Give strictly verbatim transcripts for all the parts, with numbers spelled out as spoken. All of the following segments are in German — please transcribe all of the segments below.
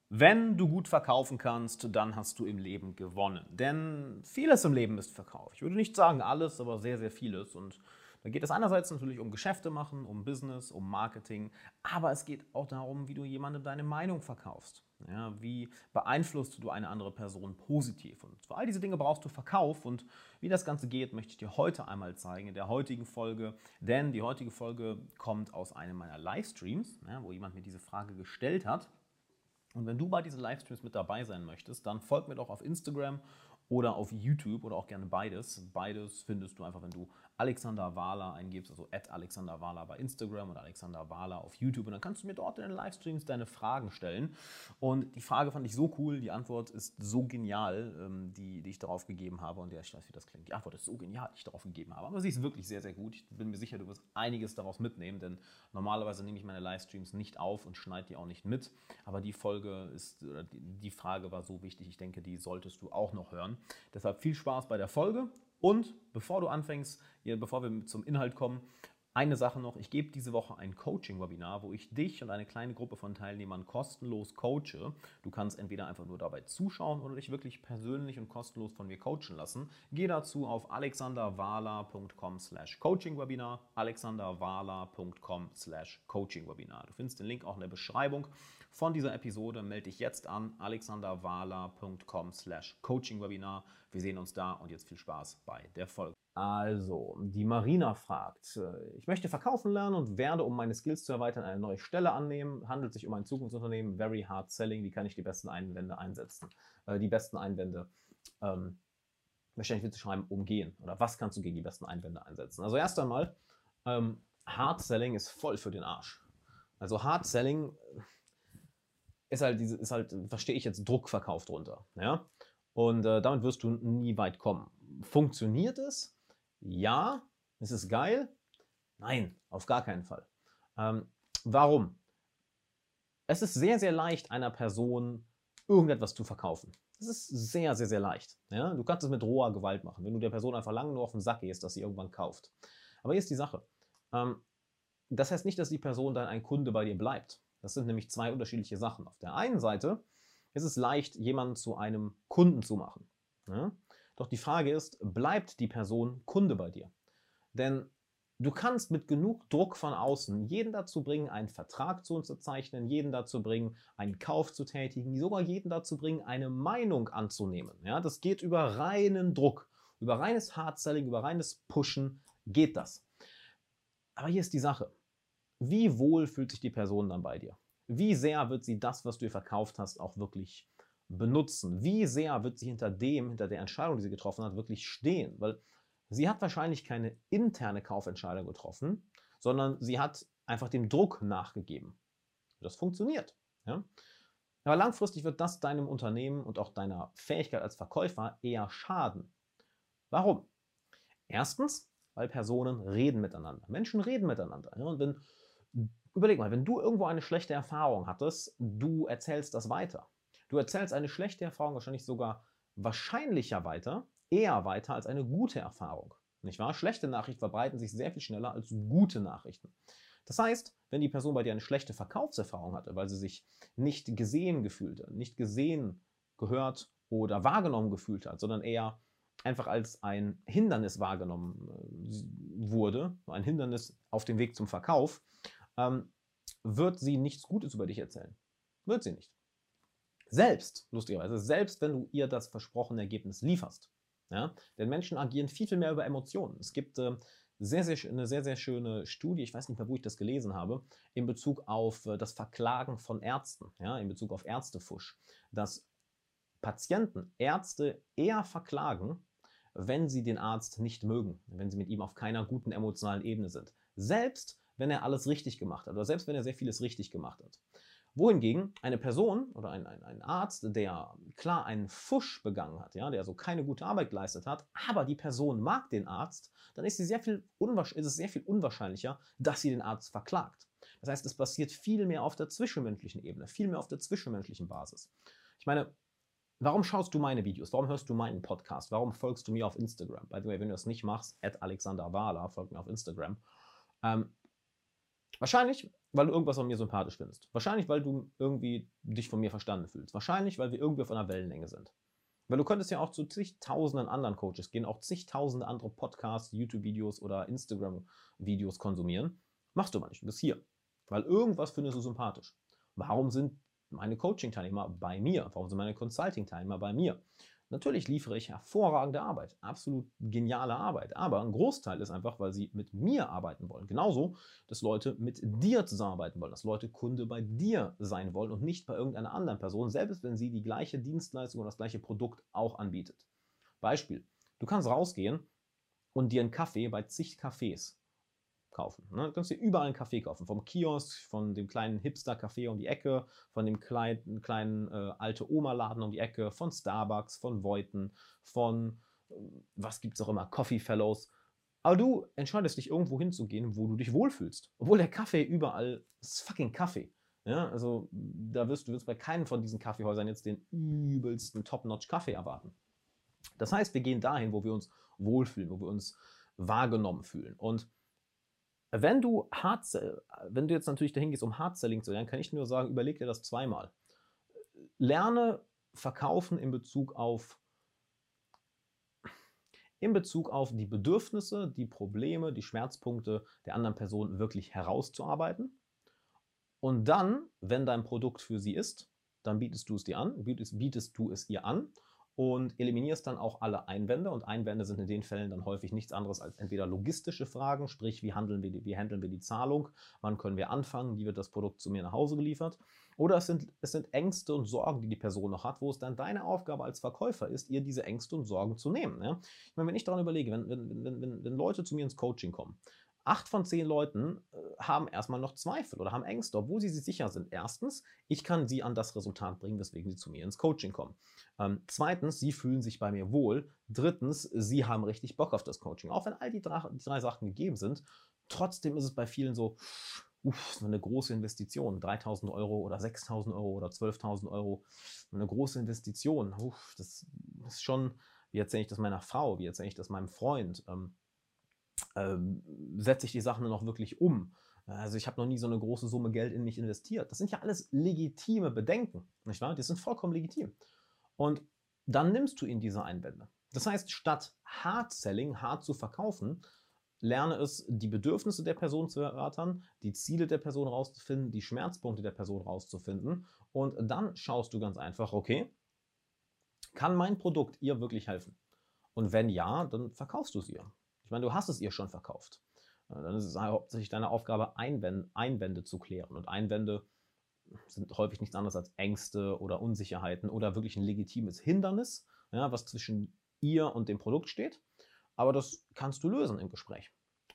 Wenn du gut verkaufen kannst, dann hast du im Leben gewonnen. Denn vieles im Leben ist Verkauf. Ich würde nicht sagen alles, aber sehr, sehr vieles. Und da geht es einerseits natürlich um Geschäfte machen, um Business, um Marketing, aber es geht auch darum, wie du jemandem deine Meinung verkaufst. Ja, wie beeinflusst du eine andere Person positiv? Und für all diese Dinge brauchst du Verkauf. Und wie das Ganze geht, möchte ich dir heute einmal zeigen in der heutigen Folge. Denn die heutige Folge kommt aus einem meiner Livestreams, ja, wo jemand mir diese Frage gestellt hat. Und wenn du bei diesen Livestreams mit dabei sein möchtest, dann folg mir doch auf Instagram oder auf YouTube oder auch gerne beides. Beides findest du einfach, wenn du Alexander Wahler eingibst, also at Alexander Wahler bei Instagram oder Alexander Wahler auf YouTube. Und dann kannst du mir dort in den Livestreams deine Fragen stellen. Und die Frage fand ich so cool, die Antwort ist so genial, ähm, die, die ich darauf gegeben habe. Und ja, ich weiß, wie das klingt. Die Antwort ist so genial, die ich darauf gegeben habe. Aber sie ist wirklich sehr, sehr gut. Ich bin mir sicher, du wirst einiges daraus mitnehmen, denn normalerweise nehme ich meine Livestreams nicht auf und schneide die auch nicht mit. Aber die Folge ist, oder die Frage war so wichtig, ich denke, die solltest du auch noch hören. Deshalb viel Spaß bei der Folge. Und bevor du anfängst, hier, bevor wir zum Inhalt kommen, eine Sache noch, ich gebe diese Woche ein Coaching-Webinar, wo ich dich und eine kleine Gruppe von Teilnehmern kostenlos coache. Du kannst entweder einfach nur dabei zuschauen oder dich wirklich persönlich und kostenlos von mir coachen lassen. Geh dazu auf alexanderwahler punkt com slash coaching-webinar, alexanderwahler punkt com slash coaching-webinar. Du findest den Link auch in der Beschreibung von dieser Episode. Melde dich jetzt an, alexanderwahler punkt com slash coaching-webinar. Wir sehen uns da und jetzt viel Spaß bei der Folge. Also, die Marina fragt, ich möchte verkaufen lernen und werde, um meine Skills zu erweitern, eine neue Stelle annehmen. Handelt sich um ein Zukunftsunternehmen, very hard selling. Wie kann ich die besten Einwände einsetzen? Äh, die besten Einwände, ähm, wahrscheinlich wird sie schreiben, umgehen. Oder was kannst du gegen die besten Einwände einsetzen? Also erst einmal, ähm, hard selling ist voll für den Arsch. Also hard selling ist halt, diese, ist halt, verstehe ich jetzt, Druckverkauf drunter. Ja? Und äh, damit wirst du nie weit kommen. Funktioniert es? Ja. Ist es geil? Nein, auf gar keinen Fall. Ähm, warum? Es ist sehr, sehr leicht, einer Person irgendetwas zu verkaufen. Das ist sehr, sehr, sehr leicht. Ja? Du kannst es mit roher Gewalt machen, wenn du der Person einfach lange nur auf den Sack gehst, dass sie irgendwann kauft. Aber hier ist die Sache. Ähm, das heißt nicht, dass die Person dann ein Kunde bei dir bleibt. Das sind nämlich zwei unterschiedliche Sachen. Auf der einen Seite ist es leicht, jemanden zu einem Kunden zu machen. Ja? Doch die Frage ist, bleibt die Person Kunde bei dir? Denn du kannst mit genug Druck von außen jeden dazu bringen, einen Vertrag zu unterzeichnen, jeden dazu bringen, einen Kauf zu tätigen, sogar jeden dazu bringen, eine Meinung anzunehmen. Ja? Das geht über reinen Druck, über reines Hard-Selling, über reines Pushen geht das. Aber hier ist die Sache. Wie wohl fühlt sich die Person dann bei dir? Wie sehr wird sie das, was du ihr verkauft hast, auch wirklich benutzen? Wie sehr wird sie hinter dem, hinter der Entscheidung, die sie getroffen hat, wirklich stehen? Weil sie hat wahrscheinlich keine interne Kaufentscheidung getroffen, sondern sie hat einfach dem Druck nachgegeben. Das funktioniert. Ja? Aber langfristig wird das deinem Unternehmen und auch deiner Fähigkeit als Verkäufer eher schaden. Warum? Erstens, weil Personen reden miteinander. Menschen reden miteinander. Ja? Und wenn Überleg mal, wenn du irgendwo eine schlechte Erfahrung hattest, du erzählst das weiter. Du erzählst eine schlechte Erfahrung wahrscheinlich sogar wahrscheinlicher weiter, eher weiter als eine gute Erfahrung. Nicht wahr? Schlechte Nachrichten verbreiten sich sehr viel schneller als gute Nachrichten. Das heißt, wenn die Person bei dir eine schlechte Verkaufserfahrung hatte, weil sie sich nicht gesehen gefühlt hat, nicht gesehen, gehört oder wahrgenommen gefühlt hat, sondern eher einfach als ein Hindernis wahrgenommen wurde, ein Hindernis auf dem Weg zum Verkauf, ähm, wird sie nichts Gutes über dich erzählen. Wird sie nicht. Selbst, lustigerweise, selbst wenn du ihr das versprochene Ergebnis lieferst. Ja? Denn Menschen agieren viel, viel mehr über Emotionen. Es gibt äh, sehr, sehr, eine sehr, sehr schöne Studie, ich weiß nicht mehr, wo ich das gelesen habe, in Bezug auf äh, das Verklagen von Ärzten, ja? In Bezug auf Ärztefusch, dass Patienten Ärzte eher verklagen, wenn sie den Arzt nicht mögen, wenn sie mit ihm auf keiner guten emotionalen Ebene sind. Selbst wenn er alles richtig gemacht hat oder selbst wenn er sehr vieles richtig gemacht hat. Wohingegen eine Person oder ein, ein, ein Arzt, der klar einen Fusch begangen hat, ja, der so keine gute Arbeit geleistet hat, aber die Person mag den Arzt, dann ist, sie sehr viel ist es sehr viel unwahrscheinlicher, dass sie den Arzt verklagt. Das heißt, es passiert viel mehr auf der zwischenmenschlichen Ebene, viel mehr auf der zwischenmenschlichen Basis. Ich meine, warum schaust du meine Videos? Warum hörst du meinen Podcast? Warum folgst du mir auf Instagram? By the way, wenn du das nicht machst, at Alexander Wahler, folgt mir auf Instagram. Ähm, Wahrscheinlich, weil du irgendwas an mir sympathisch findest. Wahrscheinlich, weil du irgendwie dich von mir verstanden fühlst. Wahrscheinlich, weil wir irgendwie auf einer Wellenlänge sind. Weil du könntest ja auch zu zigtausenden anderen Coaches gehen, auch zigtausende andere Podcasts, YouTube-Videos oder Instagram-Videos konsumieren. Machst du aber nicht. Du bist hier. Weil irgendwas findest du sympathisch. Warum sind meine Coaching-Teilnehmer bei mir? Warum sind meine Consulting-Teilnehmer bei mir? Natürlich liefere ich hervorragende Arbeit, absolut geniale Arbeit, aber ein Großteil ist einfach, weil sie mit mir arbeiten wollen. Genauso, dass Leute mit dir zusammenarbeiten wollen, dass Leute Kunde bei dir sein wollen und nicht bei irgendeiner anderen Person, selbst wenn sie die gleiche Dienstleistung oder das gleiche Produkt auch anbietet. Beispiel, du kannst rausgehen und dir einen Kaffee bei zig Cafés kaufen. Ne? Du kannst dir überall einen Kaffee kaufen. Vom Kiosk, von dem kleinen Hipster-Café um die Ecke, von dem kleinen, kleinen äh, alte Oma-Laden um die Ecke, von Starbucks, von Voiten, von, äh, was gibt es auch immer, Coffee Fellows. Aber du entscheidest dich, irgendwo hinzugehen, wo du dich wohlfühlst. Obwohl der Kaffee überall ist fucking Kaffee. Ja, also da wirst du wirst bei keinem von diesen Kaffeehäusern jetzt den übelsten Top-Notch-Kaffee erwarten. Das heißt, wir gehen dahin, wo wir uns wohlfühlen, wo wir uns wahrgenommen fühlen. Und wenn du Hard, wenn du jetzt natürlich dahin gehst, um Hard Selling zu lernen, kann ich nur sagen, überleg dir das zweimal. Lerne verkaufen in Bezug auf in Bezug auf die Bedürfnisse, die Probleme, die Schmerzpunkte der anderen Person wirklich herauszuarbeiten. Und dann, wenn dein Produkt für sie ist, dann bietest du es dir an, bietest, bietest du es ihr an und eliminierst dann auch alle Einwände. Und Einwände sind in den Fällen dann häufig nichts anderes als entweder logistische Fragen, sprich, wie handeln wir die, wie handeln wir die Zahlung, wann können wir anfangen, wie wird das Produkt zu mir nach Hause geliefert. Oder es sind, es sind Ängste und Sorgen, die die Person noch hat, wo es dann deine Aufgabe als Verkäufer ist, ihr diese Ängste und Sorgen zu nehmen. Ja? Ich meine, wenn ich daran überlege, wenn, wenn, wenn, wenn, wenn Leute zu mir ins Coaching kommen, Acht von zehn Leuten äh, haben erstmal noch Zweifel oder haben Ängste, obwohl sie sich sicher sind. Erstens, ich kann sie an das Resultat bringen, weswegen sie zu mir ins Coaching kommen. Ähm, zweitens, sie fühlen sich bei mir wohl. Drittens, sie haben richtig Bock auf das Coaching. Auch wenn all die drei, die drei Sachen gegeben sind, trotzdem ist es bei vielen so, uff, so eine große Investition. dreitausend Euro oder sechstausend Euro oder zwölftausend Euro. Eine große Investition. Uff, das ist schon, wie erzähle ich das meiner Frau, wie erzähle ich das meinem Freund? Ähm, ähm, setze ich die Sachen dann auch wirklich um? Also ich habe noch nie so eine große Summe Geld in mich investiert. Das sind ja alles legitime Bedenken, nicht wahr? Die sind vollkommen legitim. Und dann nimmst du ihnen diese Einwände. Das heißt, statt Hard Selling, hart zu verkaufen, lerne es, die Bedürfnisse der Person zu erörtern, die Ziele der Person rauszufinden, die Schmerzpunkte der Person rauszufinden. Und dann schaust du ganz einfach, okay, kann mein Produkt ihr wirklich helfen? Und wenn ja, dann verkaufst du es ihr. Ich meine, du hast es ihr schon verkauft. Dann ist es hauptsächlich deine Aufgabe, Einwände, Einwände zu klären. Und Einwände sind häufig nichts anderes als Ängste oder Unsicherheiten oder wirklich ein legitimes Hindernis, ja, was zwischen ihr und dem Produkt steht. Aber das kannst du lösen im Gespräch.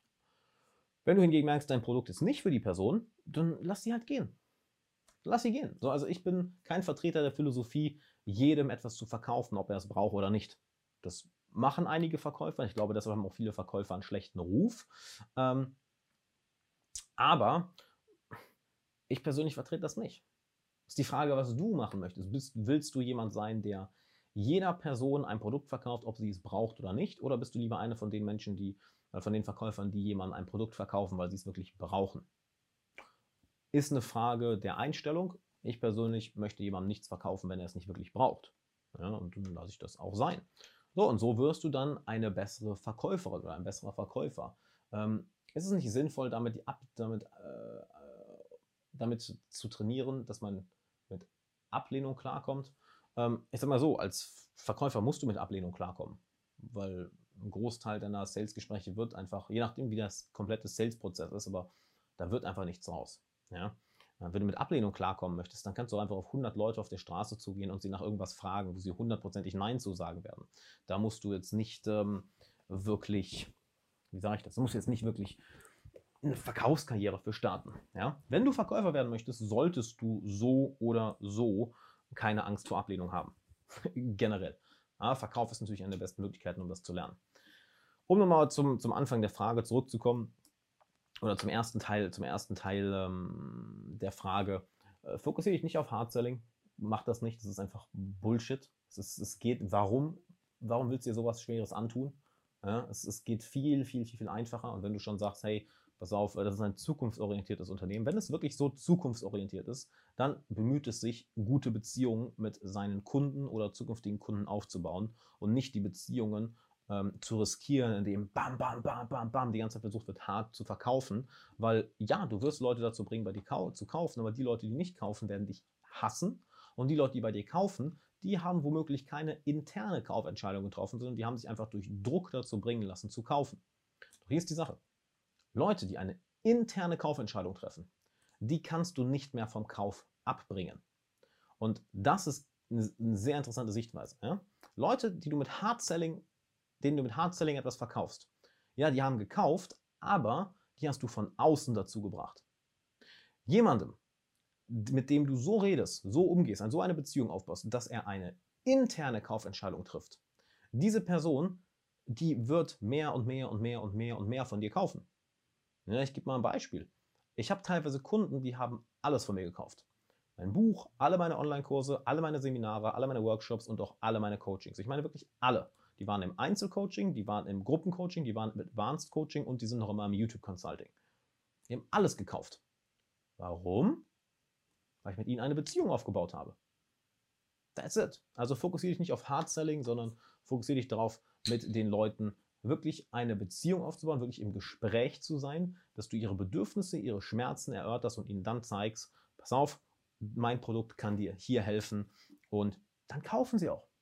Wenn du hingegen merkst, dein Produkt ist nicht für die Person, dann lass sie halt gehen. Lass sie gehen. So, also ich bin kein Vertreter der Philosophie, jedem etwas zu verkaufen, ob er es braucht oder nicht. Das machen einige Verkäufer. Ich glaube, deshalb haben auch viele Verkäufer einen schlechten Ruf. Ähm, aber ich persönlich vertrete das nicht. Ist die Frage, was du machen möchtest. Bist, willst du jemand sein, der jeder Person ein Produkt verkauft, ob sie es braucht oder nicht? Oder bist du lieber eine von den Menschen, die, von den Verkäufern, die jemandem ein Produkt verkaufen, weil sie es wirklich brauchen? Ist eine Frage der Einstellung. Ich persönlich möchte jemandem nichts verkaufen, wenn er es nicht wirklich braucht. Ja, und dann lasse ich das auch sein. So, und so wirst du dann eine bessere Verkäuferin oder ein besserer Verkäufer. Ähm, ist es nicht sinnvoll, damit, die Ab damit, äh, damit zu trainieren, dass man mit Ablehnung klarkommt? Ähm, ich sag mal so, als Verkäufer musst du mit Ablehnung klarkommen, weil ein Großteil deiner Sales-Gespräche wird einfach, je nachdem wie das komplette Sales-Prozess ist, aber da wird einfach nichts raus. Ja? Wenn du mit Ablehnung klarkommen möchtest, dann kannst du einfach auf hundert Leute auf der Straße zugehen und sie nach irgendwas fragen, wo sie hundertprozentig Nein zu sagen werden. Da musst du jetzt nicht ähm, wirklich, wie sage ich das, du musst jetzt nicht wirklich eine Verkaufskarriere für starten. Ja? Wenn du Verkäufer werden möchtest, solltest du so oder so keine Angst vor Ablehnung haben. Generell. Ja, Verkauf ist natürlich eine der besten Möglichkeiten, um das zu lernen. Um nochmal zum, zum Anfang der Frage zurückzukommen, oder zum ersten Teil, zum ersten Teil ähm, der Frage, äh, fokussiere dich nicht auf Hard Selling, mach das nicht, das ist einfach Bullshit. Es, ist, es geht, warum? Warum willst du dir sowas Schweres antun? Ja, es, es geht viel, viel, viel, viel einfacher. Und wenn du schon sagst, hey, pass auf, das ist ein zukunftsorientiertes Unternehmen. Wenn es wirklich so zukunftsorientiert ist, dann bemüht es sich, gute Beziehungen mit seinen Kunden oder zukünftigen Kunden aufzubauen und nicht die Beziehungen ähm, zu riskieren, indem bam, bam, bam, bam, bam die ganze Zeit versucht wird, hart zu verkaufen. Weil ja, du wirst Leute dazu bringen, bei dir kau zu kaufen, aber die Leute, die nicht kaufen, werden dich hassen. Und die Leute, die bei dir kaufen, die haben womöglich keine interne Kaufentscheidung getroffen, sondern die haben sich einfach durch Druck dazu bringen lassen, zu kaufen. Doch hier ist die Sache. Leute, die eine interne Kaufentscheidung treffen, die kannst du nicht mehr vom Kauf abbringen. Und das ist eine, eine sehr interessante Sichtweise. Ja? Leute, die du mit Hard Selling, denen du mit Hard Selling etwas verkaufst, ja, die haben gekauft, aber die hast du von außen dazu gebracht. Jemandem, mit dem du so redest, so umgehst, an so eine Beziehung aufbaust, dass er eine interne Kaufentscheidung trifft, diese Person, die wird mehr und mehr und mehr und mehr und mehr von dir kaufen. Ja, ich gebe mal ein Beispiel. Ich habe teilweise Kunden, die haben alles von mir gekauft. Mein Buch, alle meine Online-Kurse, alle meine Seminare, alle meine Workshops und auch alle meine Coachings. Ich meine wirklich alle. Die waren im Einzelcoaching, die waren im Gruppencoaching, die waren im Advanced Coaching und die sind noch immer im YouTube Consulting. Die haben alles gekauft. Warum? Weil ich mit ihnen eine Beziehung aufgebaut habe. That's it. Also fokussiere dich nicht auf Hard Selling, sondern fokussiere dich darauf, mit den Leuten wirklich eine Beziehung aufzubauen, wirklich im Gespräch zu sein, dass du ihre Bedürfnisse, ihre Schmerzen erörterst und ihnen dann zeigst, pass auf, mein Produkt kann dir hier helfen und dann kaufen sie auch.